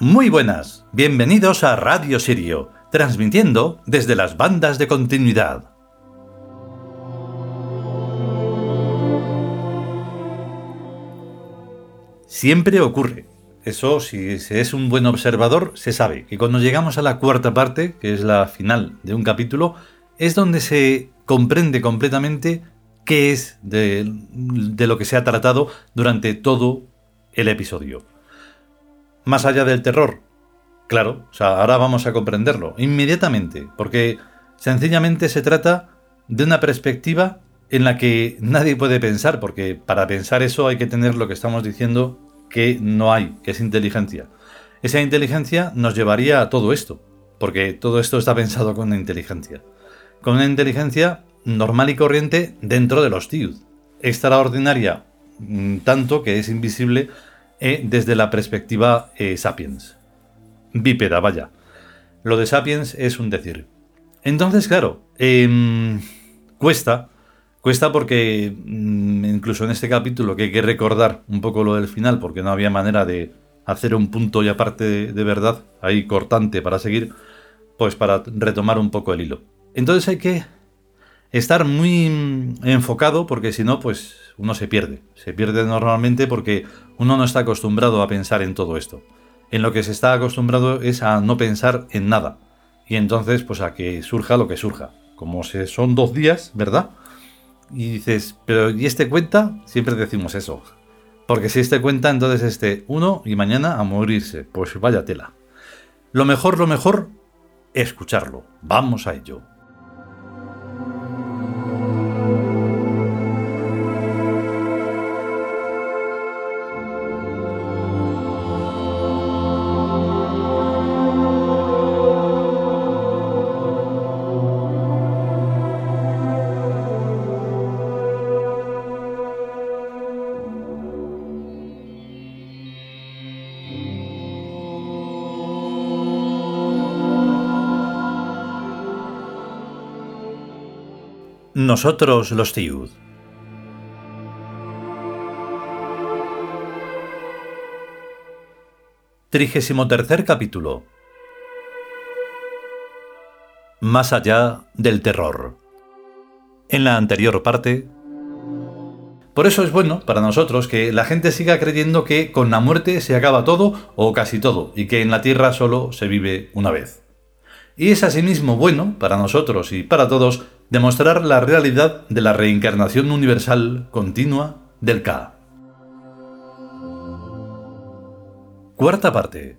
Muy buenas, bienvenidos a Radio Sirio, transmitiendo desde las bandas de continuidad. Siempre ocurre. Eso, si se es un buen observador, se sabe que cuando llegamos a la cuarta parte, que es la final de un capítulo, es donde se comprende completamente qué es de lo que se ha tratado durante todo el episodio. Más allá del terror, claro, ahora vamos a comprenderlo inmediatamente, porque sencillamente se trata de una perspectiva en la que nadie puede pensar, porque para pensar eso hay que tener lo que estamos diciendo que no hay, que es inteligencia. Esa inteligencia nos llevaría a todo esto, porque todo esto está pensado con una inteligencia normal y corriente dentro de los TIUD, extraordinaria, tanto que es invisible desde la perspectiva Sapiens. Bípeda, vaya. Lo de Sapiens es un decir. Entonces, claro, cuesta porque incluso en este capítulo, que hay que recordar un poco lo del final, porque no había manera de hacer un punto y aparte de verdad, ahí cortante para seguir, pues para retomar un poco el hilo. Entonces hay que estar muy enfocado, porque si no, pues uno se pierde. Se pierde normalmente porque uno no está acostumbrado a pensar en todo esto. En lo que se está acostumbrado es a no pensar en nada. Y entonces, pues a que surja lo que surja. Como son 2 días, ¿verdad? Y dices, pero ¿y este cuenta? Siempre decimos eso. Porque si este cuenta, entonces uno y mañana a morirse. Pues vaya tela. Lo mejor, escucharlo. Vamos a ello. Nosotros los TIUD. Trigésimotercer capítulo. Más allá del terror. En la anterior parte. Por eso es bueno para nosotros que la gente siga creyendo que con la muerte se acaba todo o casi todo, y que en la Tierra solo se vive una vez. Y es asimismo bueno para nosotros y para todos demostrar la realidad de la reencarnación universal continua del Ka. Cuarta parte.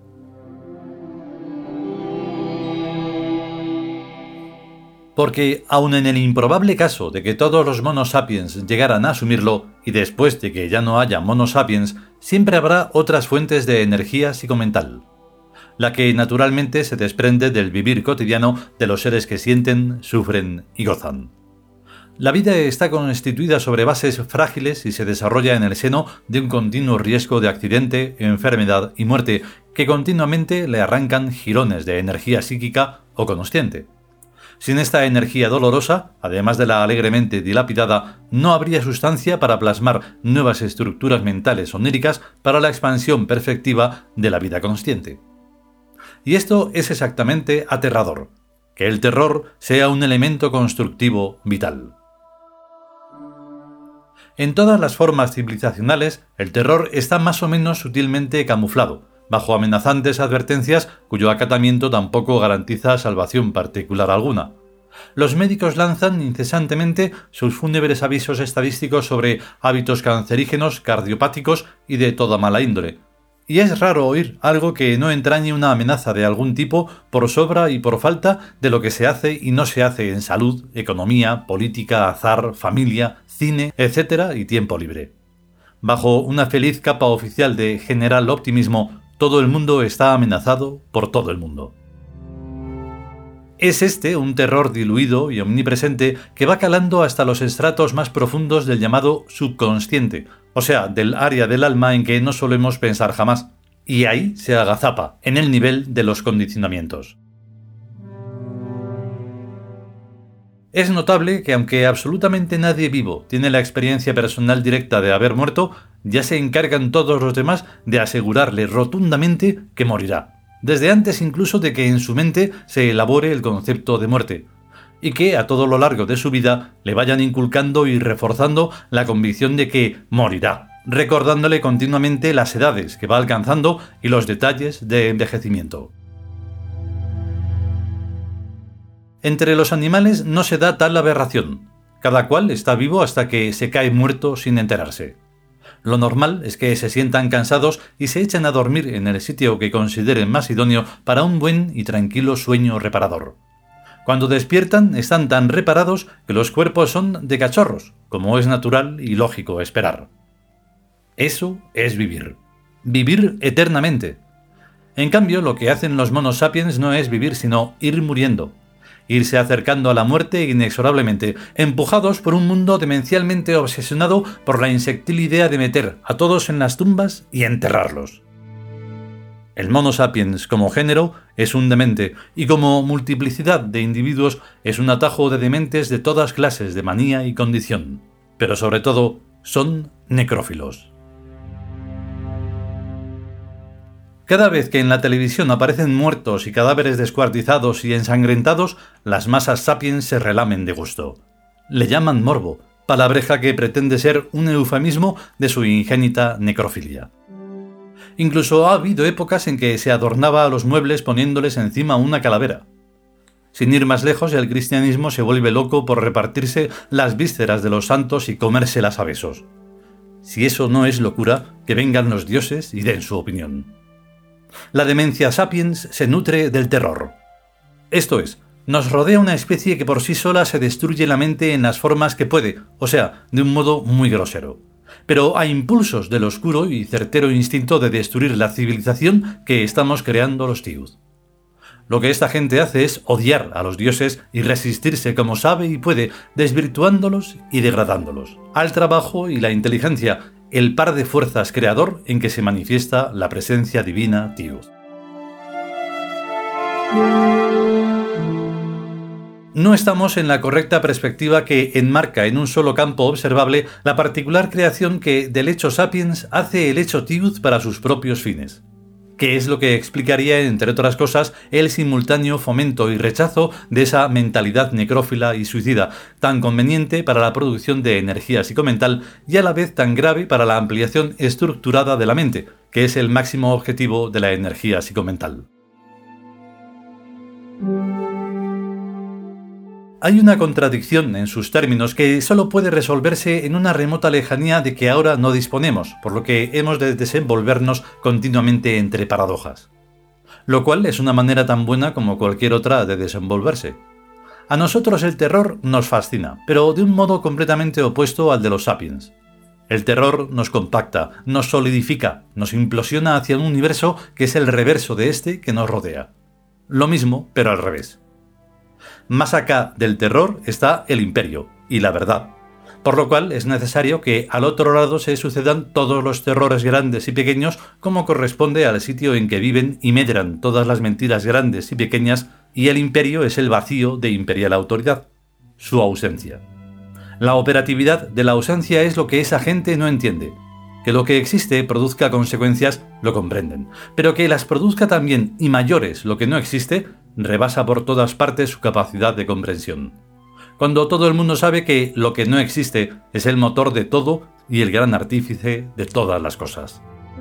Porque, aun en el improbable caso de que todos los monos sapiens llegaran a asumirlo, y después de que ya no haya monos sapiens, siempre habrá otras fuentes de energía psicomental, la que naturalmente se desprende del vivir cotidiano de los seres que sienten, sufren y gozan. La vida está constituida sobre bases frágiles y se desarrolla en el seno de un continuo riesgo de accidente, enfermedad y muerte que continuamente le arrancan jirones de energía psíquica o consciente. Sin esta energía dolorosa, además de la alegremente dilapidada, no habría sustancia para plasmar nuevas estructuras mentales oníricas para la expansión perfectiva de la vida consciente. Y esto es exactamente aterrador, que el terror sea un elemento constructivo vital. En todas las formas civilizacionales, el terror está más o menos sutilmente camuflado, bajo amenazantes advertencias cuyo acatamiento tampoco garantiza salvación particular alguna. Los médicos lanzan incesantemente sus fúnebres avisos estadísticos sobre hábitos cancerígenos, cardiopáticos y de toda mala índole. Y es raro oír algo que no entrañe una amenaza de algún tipo por sobra y por falta de lo que se hace y no se hace en salud, economía, política, azar, familia, cine, etc. y tiempo libre. Bajo una feliz capa oficial de general optimismo, todo el mundo está amenazado por todo el mundo. Es un terror diluido y omnipresente que va calando hasta los estratos más profundos del llamado subconsciente, o sea, del área del alma en que no solemos pensar jamás, y ahí se agazapa, en el nivel de los condicionamientos. Es notable que aunque absolutamente nadie vivo tiene la experiencia personal directa de haber muerto, ya se encargan todos los demás de asegurarle rotundamente que morirá, desde antes incluso de que en su mente se elabore el concepto de muerte, y que a todo lo largo de su vida le vayan inculcando y reforzando la convicción de que morirá, recordándole continuamente las edades que va alcanzando y los detalles de envejecimiento. Entre los animales no se da tal aberración. Cada cual está vivo hasta que se cae muerto sin enterarse. Lo normal es que se sientan cansados y se echen a dormir en el sitio que consideren más idóneo para un buen y tranquilo sueño reparador. Cuando despiertan están tan reparados que los cuerpos son de cachorros, como es natural y lógico esperar. Eso es vivir. Vivir eternamente. En cambio, lo que hacen los monos sapiens no es vivir, sino ir muriendo. Irse acercando a la muerte inexorablemente, empujados por un mundo demencialmente obsesionado por la insectil idea de meter a todos en las tumbas y enterrarlos. El mono sapiens como género es un demente, y como multiplicidad de individuos es un atajo de dementes de todas clases de manía y condición. Pero sobre todo, son necrófilos. Cada vez que en la televisión aparecen muertos y cadáveres descuartizados y ensangrentados, las masas sapiens se relamen de gusto. Le llaman morbo, palabreja que pretende ser un eufemismo de su ingénita necrofilia. Incluso ha habido épocas en que se adornaba a los muebles poniéndoles encima una calavera. Sin ir más lejos, el cristianismo se vuelve loco por repartirse las vísceras de los santos y comérselas a besos. Si eso no es locura, que vengan los dioses y den su opinión. La demencia sapiens se nutre del terror. Esto es, nos rodea una especie que por sí sola se destruye la mente en las formas que puede, o sea, de un modo muy grosero. Pero a impulsos del oscuro y certero instinto de destruir la civilización que estamos creando los Tiud. Lo que esta gente hace es odiar a los dioses y resistirse como sabe y puede, desvirtuándolos y degradándolos, al trabajo y la inteligencia, el par de fuerzas creador en que se manifiesta la presencia divina Tiud. No estamos en la correcta perspectiva que enmarca en un solo campo observable la particular creación que del hecho sapiens hace el hecho Tiud para sus propios fines. Que es lo que explicaría, entre otras cosas, el simultáneo fomento y rechazo de esa mentalidad necrófila y suicida, tan conveniente para la producción de energía psicomental y a la vez tan grave para la ampliación estructurada de la mente, que es el máximo objetivo de la energía psicomental. Hay una contradicción en sus términos que solo puede resolverse en una remota lejanía de que ahora no disponemos, por lo que hemos de desenvolvernos continuamente entre paradojas. Lo cual es una manera tan buena como cualquier otra de desenvolverse. A nosotros el terror nos fascina, pero de un modo completamente opuesto al de los sapiens. El terror nos compacta, nos solidifica, nos implosiona hacia un universo que es el reverso de este que nos rodea. Lo mismo, pero al revés. Más acá del terror está el imperio y la verdad, por lo cual es necesario que al otro lado se sucedan todos los terrores grandes y pequeños como corresponde al sitio en que viven y medran todas las mentiras grandes y pequeñas, y el imperio es el vacío de imperial autoridad, su ausencia. La operatividad de la ausencia es lo que esa gente no entiende. Que lo que existe produzca consecuencias lo comprenden, pero que las produzca también y mayores lo que no existe rebasa por todas partes su capacidad de comprensión. Cuando todo el mundo sabe que lo que no existe es el motor de todo y el gran artífice de todas las cosas.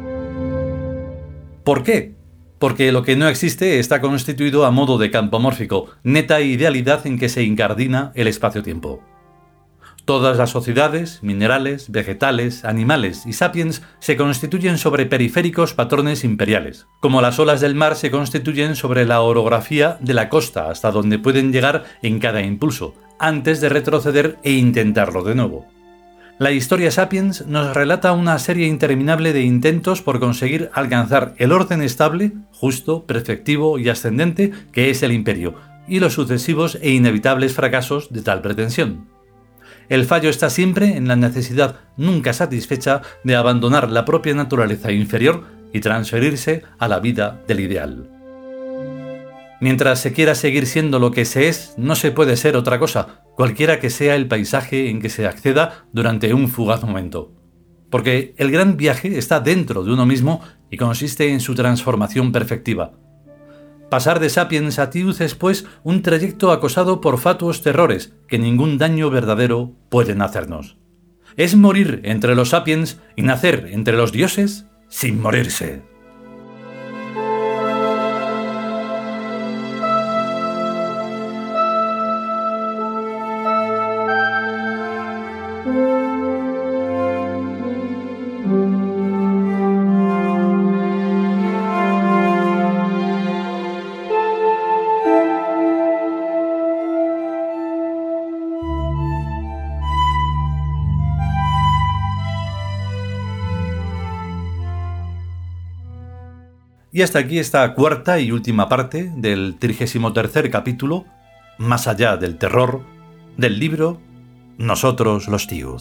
¿Por qué? Porque lo que no existe está constituido a modo de campo mórfico, neta idealidad en que se incardina el espacio-tiempo. Todas las sociedades, minerales, vegetales, animales y sapiens se constituyen sobre periféricos patrones imperiales, como las olas del mar se constituyen sobre la orografía de la costa hasta donde pueden llegar en cada impulso, antes de retroceder e intentarlo de nuevo. La historia sapiens nos relata una serie interminable de intentos por conseguir alcanzar el orden estable, justo, perfectivo y ascendente que es el imperio, y los sucesivos e inevitables fracasos de tal pretensión. El fallo está siempre en la necesidad nunca satisfecha de abandonar la propia naturaleza inferior y transferirse a la vida del ideal. Mientras se quiera seguir siendo lo que se es, no se puede ser otra cosa, cualquiera que sea el paisaje en que se acceda durante un fugaz momento. Porque el gran viaje está dentro de uno mismo y consiste en su transformación perfectiva. Pasar de Sapiens a Tiud es, pues, un trayecto acosado por fatuos terrores que ningún daño verdadero pueden hacernos. Es morir entre los Sapiens y nacer entre los dioses sin morirse. Y hasta aquí esta cuarta y última parte del 33º capítulo, Más allá del terror, del libro Nosotros los Tiud.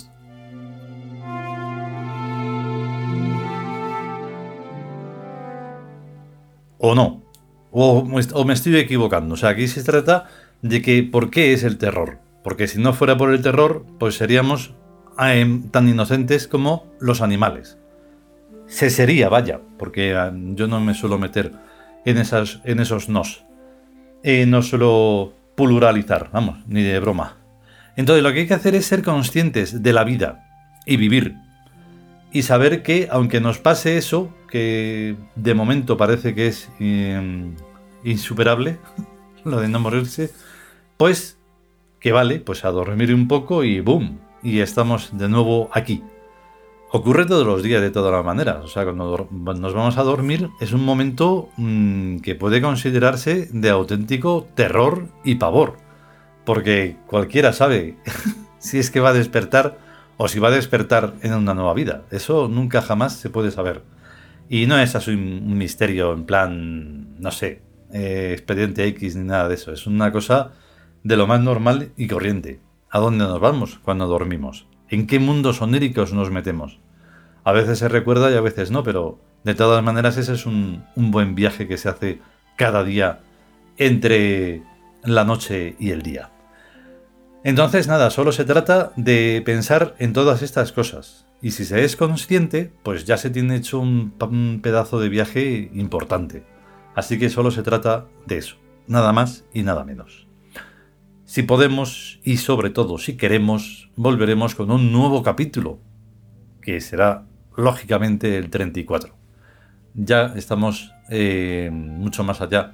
O no, o me estoy equivocando. O sea, aquí se trata de que ¿por qué es el terror? Porque si no fuera por el terror, pues seríamos tan inocentes como los animales. Se sería, vaya, porque yo no me suelo meter en esos nos. No suelo pluralizar, vamos, ni de broma. Entonces lo que hay que hacer es ser conscientes de la vida y vivir. Y saber que, aunque nos pase eso, que de momento parece que es insuperable, lo de no morirse, pues que vale, pues a dormir un poco y ¡boom! Y estamos de nuevo aquí. Ocurre todos los días de todas las maneras. O sea, cuando nos vamos a dormir es un momento que puede considerarse de auténtico terror y pavor. Porque cualquiera sabe si es que va a despertar o si va a despertar en una nueva vida. Eso nunca jamás se puede saber. Y no es así un misterio en plan, no sé, expediente X ni nada de eso. Es una cosa de lo más normal y corriente. ¿A dónde nos vamos cuando dormimos? ¿En qué mundos oníricos nos metemos? A veces se recuerda y a veces no, pero de todas maneras ese es un buen viaje que se hace cada día entre la noche y el día. Entonces nada, solo se trata de pensar en todas estas cosas. Y si se es consciente, pues ya se tiene hecho un pedazo de viaje importante. Así que solo se trata de eso, nada más y nada menos. Si podemos, y sobre todo si queremos, volveremos con un nuevo capítulo, que será lógicamente el 34. Ya estamos mucho más allá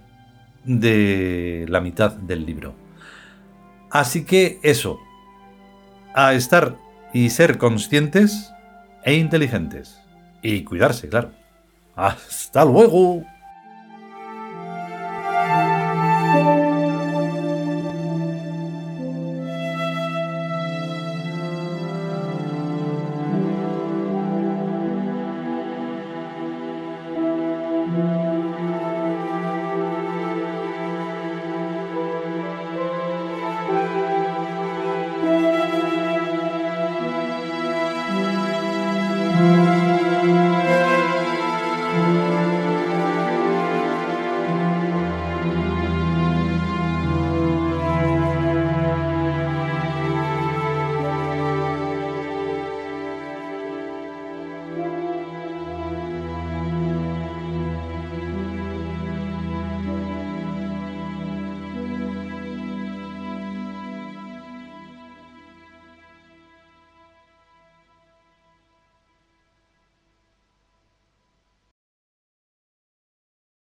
de la mitad del libro. Así que eso, a estar y ser conscientes e inteligentes. Y cuidarse, claro. ¡Hasta luego!